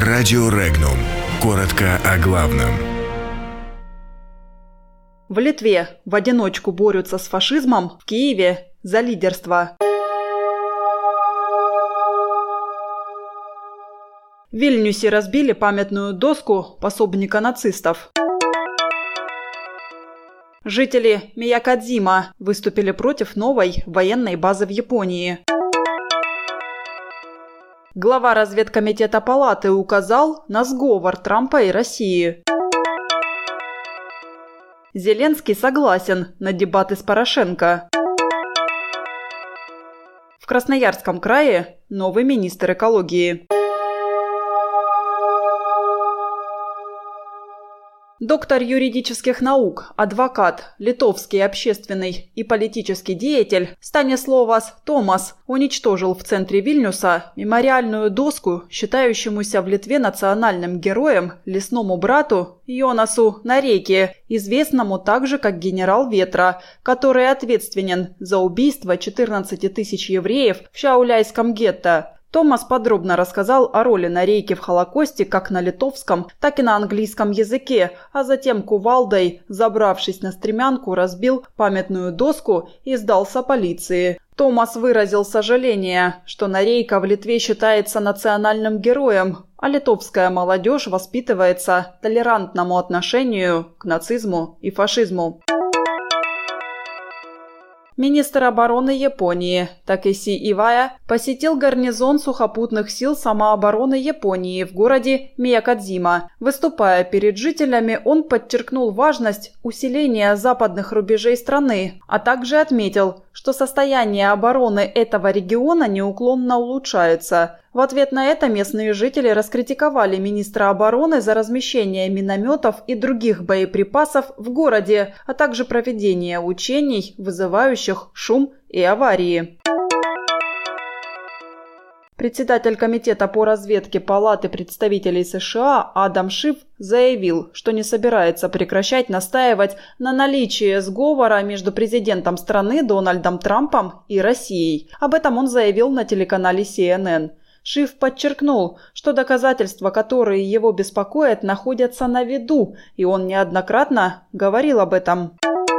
Радио Регнум. Коротко о главном. В Литве в одиночку борются с фашизмом, в Киеве за лидерство. В Вильнюсе разбили памятную доску пособника нацистов. Жители Миякадзима выступили против новой военной базы в Японии. Глава разведкомитета Палаты указал на сговор Трампа и России. Зеленский согласен на дебаты с Порошенко. В Красноярском крае новый министр экологии. Доктор юридических наук, адвокат, литовский общественный и политический деятель Станисловас Томас уничтожил в центре Вильнюса мемориальную доску, считающемуся в Литве национальным героем, лесному брату Йонасу Нарейке, известному также как генерал Ветра, который ответственен за убийство 14 тысяч евреев в Шауляйском гетто. Томас подробно рассказал о роли Нарейки в Холокосте как на литовском, так и на английском языке, а затем кувалдой, забравшись на стремянку, разбил памятную доску и сдался полиции. Томас выразил сожаление, что Нарейка в Литве считается национальным героем, а литовская молодежь воспитывается толерантному отношению к нацизму и фашизму. Министр обороны Японии Такеси Ивая посетил гарнизон сухопутных сил самообороны Японии в городе Миякадзима. Выступая перед жителями, он подчеркнул важность усиления западных рубежей страны, а также отметил, что состояние обороны этого региона неуклонно улучшается. В ответ на это местные жители раскритиковали министра обороны за размещение минометов и других боеприпасов в городе, а также проведение учений, вызывающих шум и аварии. Председатель Комитета по разведке Палаты представителей США Адам Шиф заявил, что не собирается прекращать настаивать на наличии сговора между президентом страны Дональдом Трампом и Россией. Об этом он заявил на телеканале CNN. Шиф подчеркнул, что доказательства, которые его беспокоят, находятся на виду, и он неоднократно говорил об этом.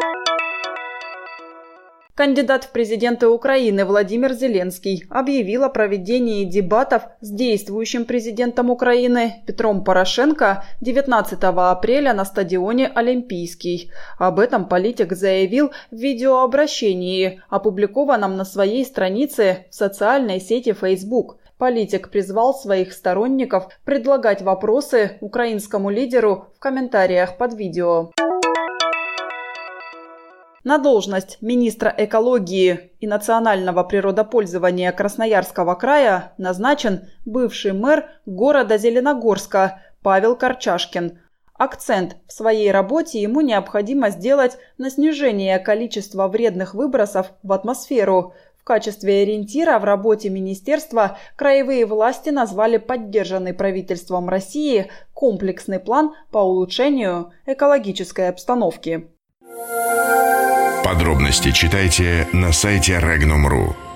Кандидат в президенты Украины Владимир Зеленский объявил о проведении дебатов с действующим президентом Украины Петром Порошенко 19 апреля на стадионе Олимпийский. Об этом политик заявил в видеообращении, опубликованном на своей странице в социальной сети Facebook. Политик призвал своих сторонников предлагать вопросы украинскому лидеру в комментариях под видео. На должность министра экологии и национального природопользования Красноярского края назначен бывший мэр города Зеленогорска Павел Корчашкин. Акцент в своей работе ему необходимо сделать на снижение количества вредных выбросов в атмосферу. В качестве ориентира в работе министерства краевые власти назвали поддержанный правительством России комплексный план по улучшению экологической обстановки. Подробности читайте на сайте Regnum.ru.